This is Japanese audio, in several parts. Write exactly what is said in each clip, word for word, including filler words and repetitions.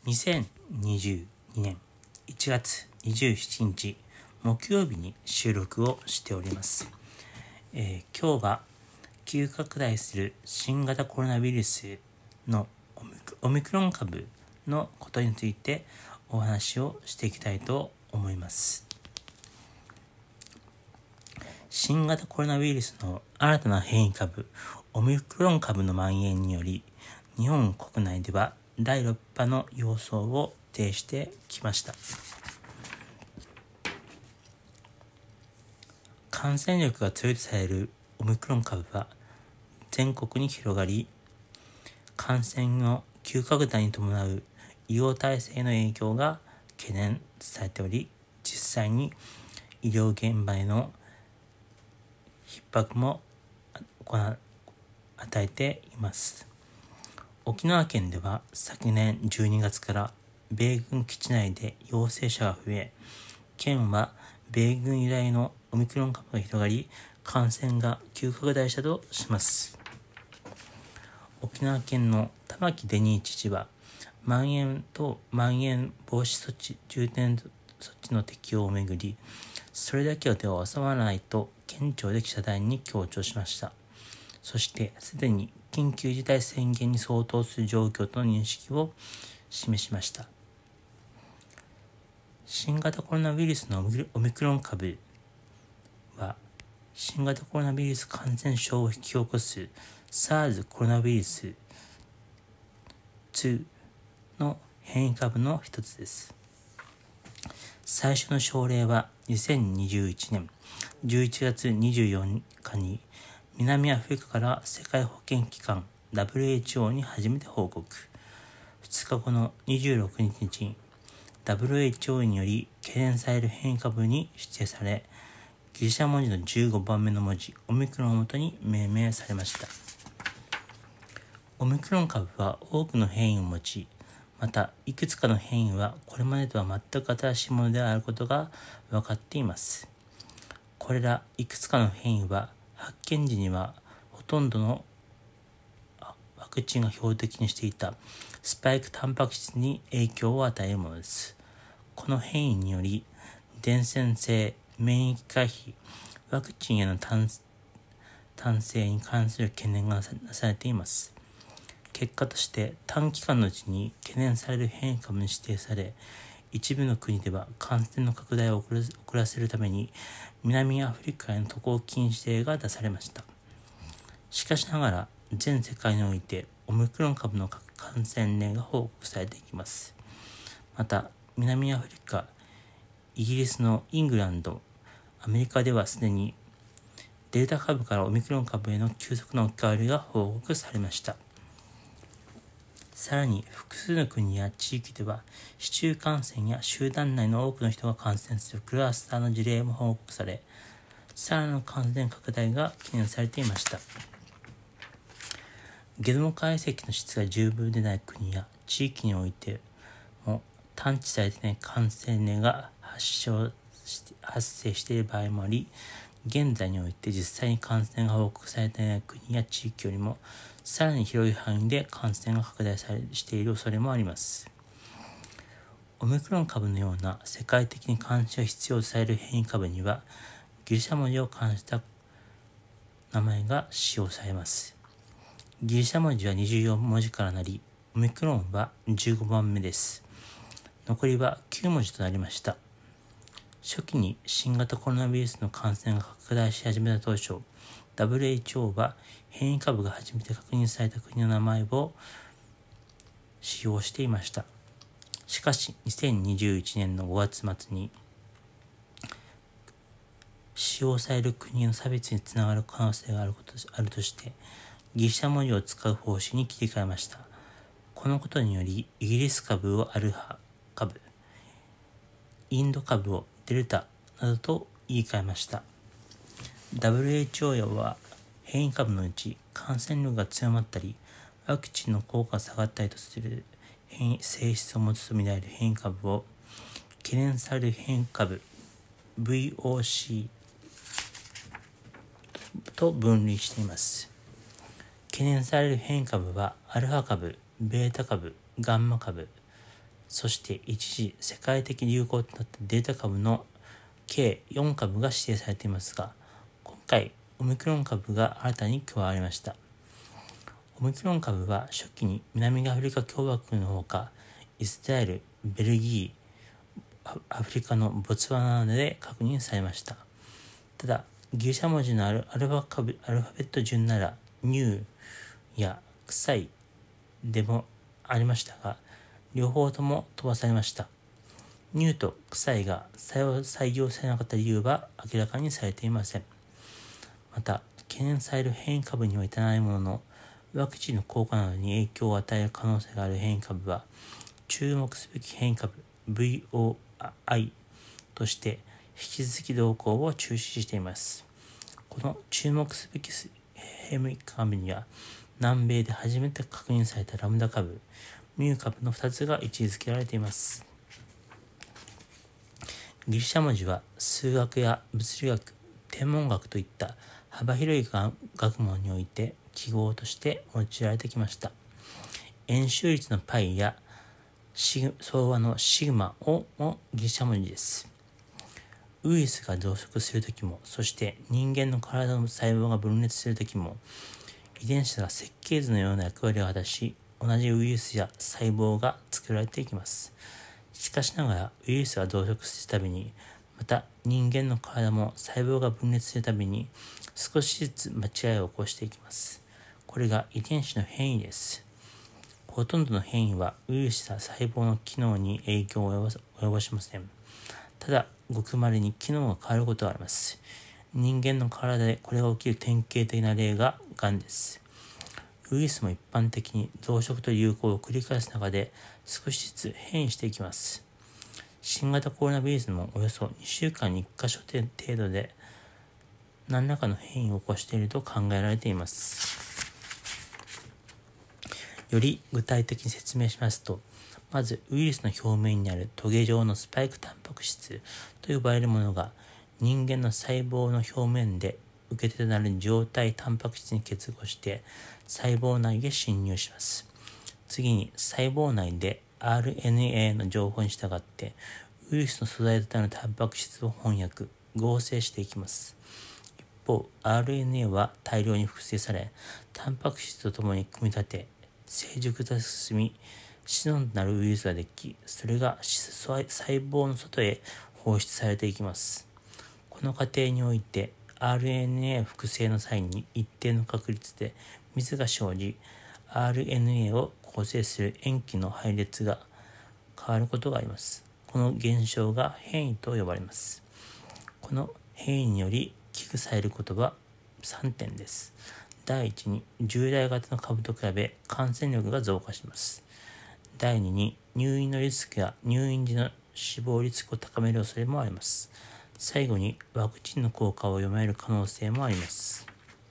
にせんにじゅうにねんいちがつにじゅうしちにち木曜日に収録をしております。えー、今日は急拡大する新型コロナウイルスのオミクロン株のことについてお話をしていきたいと思います。新型コロナウイルスの新たな変異株オミクロン株の蔓延により、日本国内ではだいろく波の様相を呈してきました。感染力が強いとされるオミクロン株は全国に広がり、感染の急拡大に伴う医療体制の影響が懸念されており、実際に医療現場への逼迫も与えています。沖縄県では昨年じゅうにがつから米軍基地内で陽性者が増え、県は米軍由来のオミクロン株が広がり、感染が急拡大したとします。沖縄県の玉城デニー知事は、まん延とまん延防止措置、重点措置の適用をめぐり、それだけでは収まらないと県庁で記者団に強調しました。そしてすでに緊急事態宣言に相当する状況との認識を示しました。新型コロナウイルスのオミクロン株は、新型コロナウイルス感染症を引き起こす SARS コロナウイルスにの変異株の一つです。最初の症例はにせんにじゅういちねんじゅういちがつにじゅうよっかに南アフリカから世界保健機関 ダブリューエイチオー に初めて報告。ふつかごのにじゅうろくにちに ダブリューエイチオー により懸念される変異株に指定され、ギリシャ文字のじゅうごばんめの文字オミクロンをもとに命名されました。オミクロン株は多くの変異を持ち、またいくつかの変異はこれまでとは全く新しいものであることが分かっています。これらいくつかの変異は発見時にはほとんどのワクチンが標的にしていたスパイクタンパク質に影響を与えるものです。この変異により伝染性、免疫回避、ワクチンへの単性に関する懸念がなされています。結果として短期間のうちに懸念される変異株に指定され、一部の国では感染の拡大を遅らせるために南アフリカへの渡航禁止令が出されました。しかしながら全世界においてオミクロン株の感染例が報告されていきます。また南アフリカ、イギリスのイングランド、アメリカではすでにデルタ株からオミクロン株への急速な置き換わりが報告されました。さらに複数の国や地域では市中感染や集団内の多くの人が感染するクラスターの事例も報告され、さらなる感染拡大が懸念されていました。ゲノム解析の質が十分でない国や地域においても探知されていない感染例が発症し発生している場合もあり、現在において実際に感染が報告されていない国や地域よりもさらに広い範囲で感染が拡大されしている恐れもあります。オミクロン株のような世界的に監視が必要とされる変異株には、ギリシャ文字を冠した名前が使用されます。ギリシャ文字はにじゅうよんもじからなり、オミクロンはじゅうごばんめです。残りはきゅうもじとなりました。初期に新型コロナウイルスの感染が拡大し始めた当初、ダブリューエイチオー は変異株が初めて確認された国の名前を使用していました。しかしにせんにじゅういちねんのごがつ末に使用される国の差別につながる可能性があることあるとしてギリシャ文字を使う方針に切り替えました。このことによりイギリス株をアルファ株、インド株をデルタなどと言い換えました。ダブリューエイチオー は変異株のうち感染力が強まったりワクチンの効果が下がったりとする変異性質を持つとみられる変異株を懸念される変異株 ブイオーシー と分類しています。懸念される変異株はアルファ株、ベータ株、ガンマ株そして一時世界的流行となったデルタ株の計よん株が指定されていますが、今回オミクロン株が新たに加わりました。オミクロン株は初期に南アフリカ共和国のほか、イスラエル、ベルギー、アフリカのボツワナなどで確認されました。ただ、ギリシャ文字のあるアルファ株アルファベット順ならニューやクサイでもありましたが、両方とも飛ばされました。ニューとクサイが採用されなかった理由は明らかにされていません。また、懸念される変異株には至らないものの、ワクチンの効果などに影響を与える可能性がある変異株は、注目すべき変異株 ブイオーアイ として引き続き動向を注視しています。この注目すべき変異株には、南米で初めて確認されたラムダ株、ミュー株のふたつが位置づけられています。ギリシャ文字は数学や物理学、天文学といった幅広い学問において記号として用いられてきました。円周率の π や相和のシグマをもギリシャ文字です。ウイルスが増殖するときも、そして人間の体の細胞が分裂するときも、遺伝子が設計図のような役割を果たし、同じウイルスや細胞が作られていきます。しかしながら、ウイルスが増殖するたびに、また人間の体も細胞が分裂するたびに、少しずつ間違いを起こしていきます。これが遺伝子の変異です。ほとんどの変異はウイルスや細胞の機能に影響を及ぼしません。ただ、ごく稀に機能が変わることがあります。人間の体でこれが起きる典型的な例ががんです。ウイルスも一般的に増殖と流行を繰り返す中で少しずつ変異していきます。新型コロナウイルスもおよそにしゅうかんにいっかしょ程度で何らかの変異を起こしていると考えられています。より具体的に説明しますと、まずウイルスの表面にあるトゲ状のスパイクタンパク質と呼ばれるものが人間の細胞の表面で受け手となる状態タンパク質に結合して細胞内へ侵入します。次に細胞内で アールエヌエー の情報に従ってウイルスの素材となるタンパク質を翻訳、合成していきます。一方、アールエヌエー は大量に複製され、タンパク質とともに組み立て、成熟が進み、子孫となるウイルスができ、それが細胞の外へ放出されていきます。この過程において アールエヌエー 複製の際に一定の確率でミスが生じ、アールエヌエー を構成する塩基の配列が変わることがあります。この現象が変異と呼ばれます。この変異により危惧されることはさんてんです。第一に、従来型の株と比べ感染力が増加します。第二に、入院のリスクや入院時の死亡リスクを高める恐れもあります。最後に、ワクチンの効果を読める可能性もあります。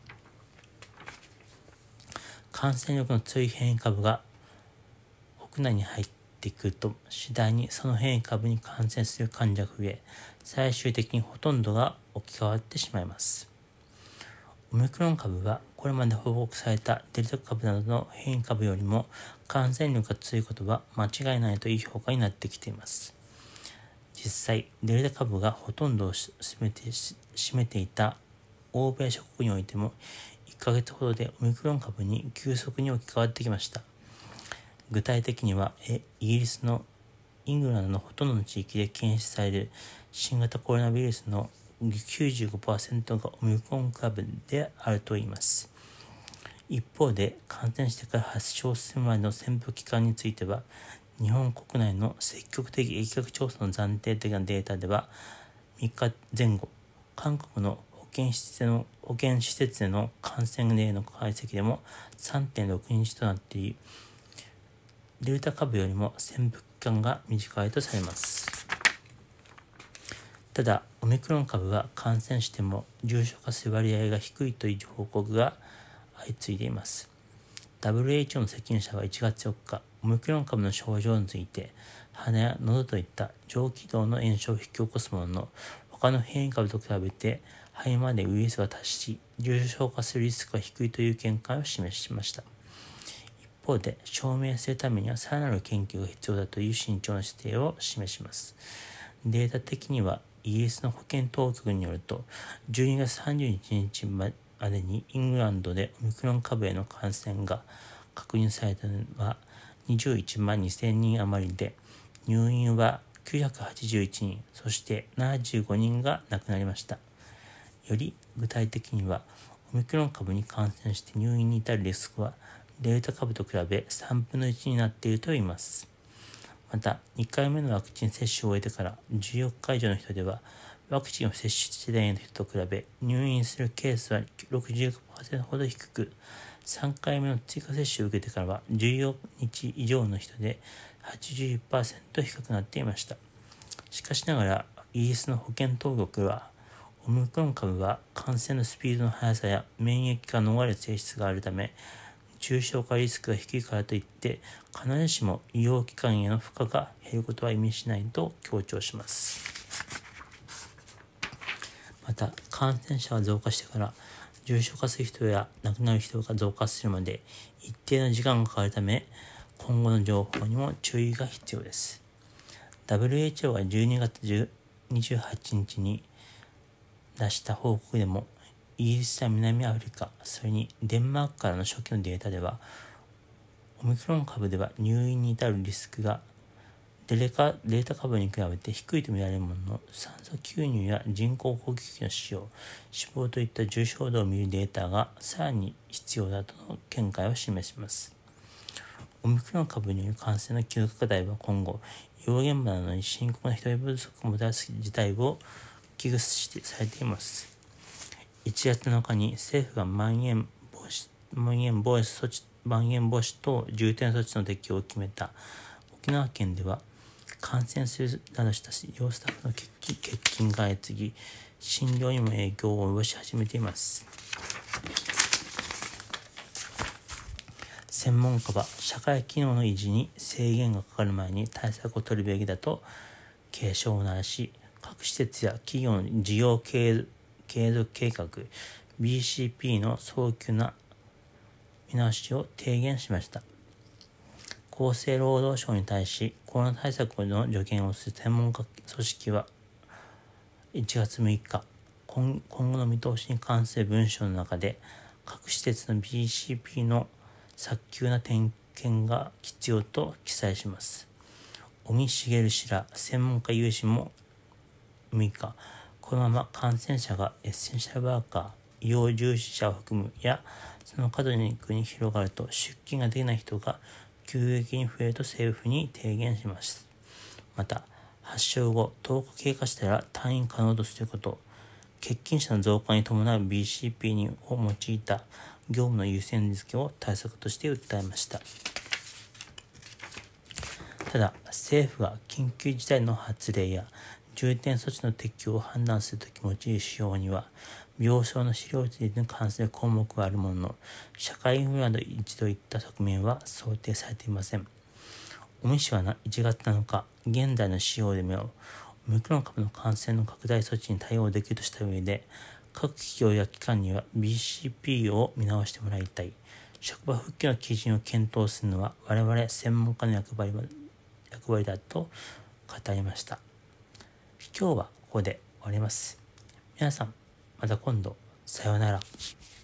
感染力の強い変異株が国内に入ってくると、次第にその変異株に感染する患者が増え、最終的にほとんどが置き換わってしまいます。オミクロン株はこれまで報告されたデルタ株などの変異株よりも感染力が強いことは間違いないという評価になってきています。実際、デルタ株がほとんどを占めて、占めていた欧米諸国においてもいっかげつほどでオミクロン株に急速に置き換わってきました。具体的には、イギリスのイングランドのほとんどの地域で検出される新型コロナウイルスのきゅうじゅうごパーセント がオミクロン株であるといいます。一方で、感染してから発症するまでの潜伏期間については、日本国内の積極的疫学調査の暫定的なデータでは、みっかぜん後、韓国の保健施設での保健施設での感染例の解析でも さんてんろくにちとなっていり、デルタ株よりも潜伏期間が短いとされます。ただ、オミクロン株は感染しても重症化する割合が低いという報告が相次いでいます。ダブリューエイチオー の責任者はいちがつよっか、オミクロン株の症状について、鼻や喉といった上気道の炎症を引き起こすものの、他の変異株と比べて肺までウイルスが達し、重症化するリスクが低いという見解を示しました。一方で、証明するためにはさらなる研究が必要だという慎重な姿勢を示します。データ的には、イギリスの保健当局によると、じゅうにがつさんじゅういちにちまでにイングランドでオミクロン株への感染が確認されたのはにじゅういちまんにせんにん余りで、入院はきゅうひゃくはちじゅういちにん、そしてななじゅうごにんが亡くなりました。より具体的には、オミクロン株に感染して入院に至るリスクは、デルタ株と比べさんぶんのいちになっているといいます。また、にかいめのワクチン接種を終えてからじゅうよっか以上の人では、ワクチンを接種していない人と比べ入院するケースは ろくじゅうごパーセント ほど低く、さんかいめの追加接種を受けてからはじゅうよっか以上の人で はちじゅういちパーセント 低くなっていました。しかしながら、イギリスの保健当局は、オミクロン株は感染のスピードの速さや免疫が逃れる性質があるため、重症化リスクが低いからといって、必ずしも医療機関への負荷が減ることは意味しないと強調します。また、感染者が増加してから重症化する人や亡くなる人が増加するまで一定の時間がかかるため、今後の情報にも注意が必要です。ダブリューエイチオー がじゅうにがつにじゅうはちにちに出した報告でも、イギリスや南アフリカ、それにデンマークからの初期のデータでは、オミクロン株では入院に至るリスクがデレカデータ株に比べて低いとみられるものの、酸素吸入や人工呼吸器の使用、死亡といった重症度を見るデータがさらに必要だとの見解を示します。オミクロン株による感染の急拡大は今後、医療現場などに深刻な人手不足をもたらす事態を危惧してされています。いちがつなのかに政府がまん延防止、まん延防止措置、まん延防止等重点措置の適用を決めた沖縄県では、感染するなどした医療スタッフの欠勤が相次ぎ、診療にも影響を及ぼし始めています。専門家は、社会機能の維持に制限がかかる前に対策を取るべきだと警鐘を鳴らし、各施設や企業の事業継続計画 ビーシーピー の早急な見直しを提言しました。厚生労働省に対し、コロナ対策の助言をする専門家組織はいちがつむいか、今後の見通しに関する文書の中で、各施設の ビーシーピー の早急な点検が必要と記載します。尾身茂氏ら専門家有志もむいか、このまま感染者がエッセンシャルワーカー、医療従事者を含むやその家族に広がると出勤ができない人が急激に増えると政府に提言します。また、発症後とおか経過したら退院可能とすること、欠勤者の増加に伴う ビーシーピー を用いた業務の優先付けを対策として訴えました。ただ、政府が緊急事態の発令や重点措置の適用を判断するとき用いる指標には、病床の使用率に関する項目はあるものの、社会インフラの維持といった側面は想定されていません。尾身氏はいちがつなのか、現在の使用でもオミクロン株の感染の拡大措置に対応できるとした上で、各企業や機関には ビーシーピー を見直してもらいたい。職場復帰の基準を検討するのは我々専門家の役割役割だと語りました。今日はここで終わります。皆さん、また今度、さようなら。